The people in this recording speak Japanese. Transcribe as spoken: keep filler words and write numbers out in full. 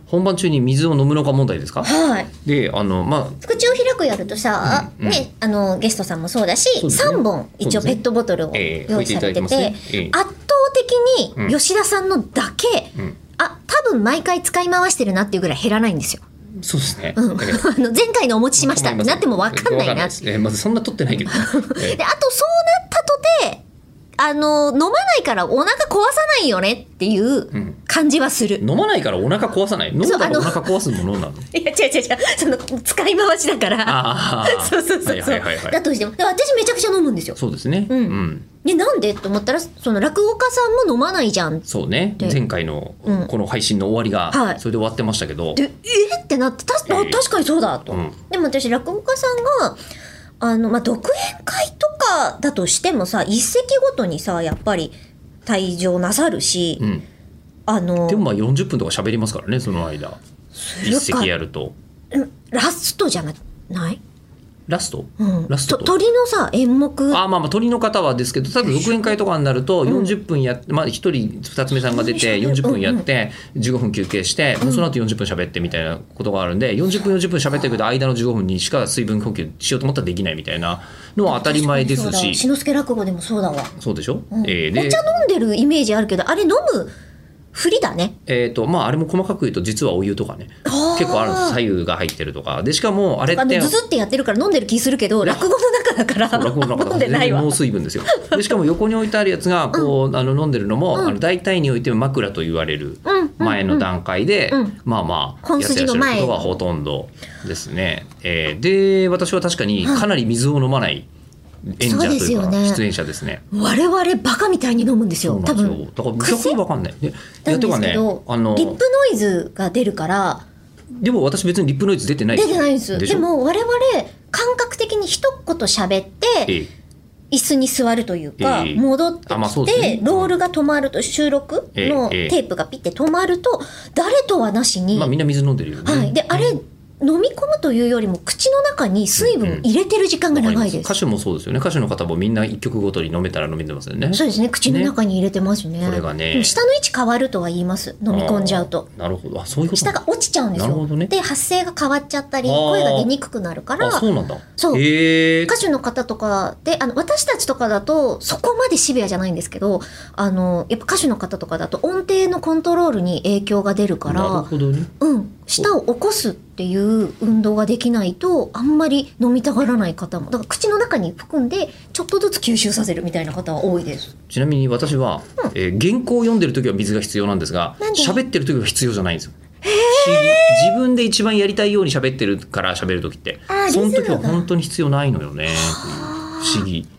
本番中に水を飲むのが問題ですか？ はい。 で、あの、まあ、 口を開くやるとさ、 うんうんね、あのゲストさんもそうだし、 そうですねさんぼん一応ペットボトルをえー用意されてて、 拭いていただきますねえー圧倒的に吉田さんのだけ、 うん、 あ、多分毎回使い回してるなっていうぐらい減らないんですよ。 そうですね。 うん、あの前回のお持ちしましたってなっても分かんないな。 わかんないですね。まずそんな取ってないけど。 で、あとそうなったとて、あの飲まないからお腹壊さないよねっていう感じはする。 飲まないからお腹壊さない。飲んだらお腹壊すものなの？ いや違う違う違う、その使い回しだから。 ああ、 そうそうそうそう。 はいはいはいはい、 だとしても、私めちゃくちゃ飲むんですよ。 そうですね。 うん。うん、でなんでと思ったら、その落語家さんも飲まないじゃん。 そうね。前回のこの配信の終わりが、 うん、 それで終わってましたけど。 で、えー、ってなってた、えー、確かにそうだと。うん、でも私落語家さんが。あのまあ、独演会とかだとしてもさ、一席ごとにさやっぱり退場なさるし、うん、あのでもまあよんじゅっぷんとか喋りますからね、その間一席やると。 ラストじゃないラスト、 うん、 ラストと鳥のさ演目、 あ、まあまあ鳥の方はですけど、ただ独演会とかになるとよんじゅっぷんやって、うん、まあ、ひとりふたつめさんが出てよんじゅっぷんやってじゅうごふん休憩して、うん、その後よんじゅっぷん喋ってみたいなことがあるんで、よんじゅっぷんよんじゅっぷん喋ってるけど間のじゅうごふんにしか水分補給しようと思ったらできないみたいなのは当たり前ですし、 志の輔落語でもそうだわ。 そうでしょ、 うん、 えー、でお茶飲んでるイメージあるけど、あれ飲む振りだね。 えーとまあ、あれも細かく言うと実はお湯とかね結構あるんです。左右が入ってるとかで、しかもあれってあのズズってやってるから飲んでる気するけど、落語の中だから落語の中だから全然脳水分ですよ。でしかも横に置いてあるやつがこう、うん、あの飲んでるのも、うん、あの大体において枕と言われる前の段階で、うんうんうん、まあまあやってらっしゃることがほとんどですね。えー、で私は確かにかなり水を飲まない、うん、演者というか出演者ですね。 我々バカみたいに飲むんですよ。多分だから逆に分かんない。でなんですけど、ね、あのリップノイズが出るから。 でも私別にリップノイズ出てないですよ。 出てないんです。でも我々感覚的に一言喋って、ええ、椅子に座るというか、ええ、戻ってきて、まあね、ロールが止まると、収録のテープがピッて止まると、誰とはなしに、 まあ、みんな水飲んでるよね。 はい、であれ、うん飲み込むというよりも口の中に水分を入れてる時間が長いです、うん、 歌手もそうですよね。歌手の方もみんないっきょくごとに飲めたら飲めてますよね。 そうですね、口の中に入れてますね。 これがね、 でも下の位置変わるとは言います。飲み込んじゃうと。 なるほど。あ、そういうこと。 下が落ちちゃうんですよ。 なるほどね。 で発声が変わっちゃったり声が出にくくなるから。 あ、そうなんだ。 そう、 へー。 歌手の方とかで、あの私たちとかだとそこまでシビアじゃないんですけど、あのやっぱ歌手の方とかだと音程のコントロールに影響が出るから。 なるほどね。 うん、舌を起こすっていう運動ができないとあんまり飲みたがらない方も、だから口の中に含んでちょっとずつ吸収させるみたいな方は多いです。 ちなみに私は、うんえー、原稿を読んでる時は水が必要なんですが、喋ってる時は必要じゃないんですよ。自分で一番やりたいように喋ってるから、喋る時ってその時は本当に必要ないのよね。不思議。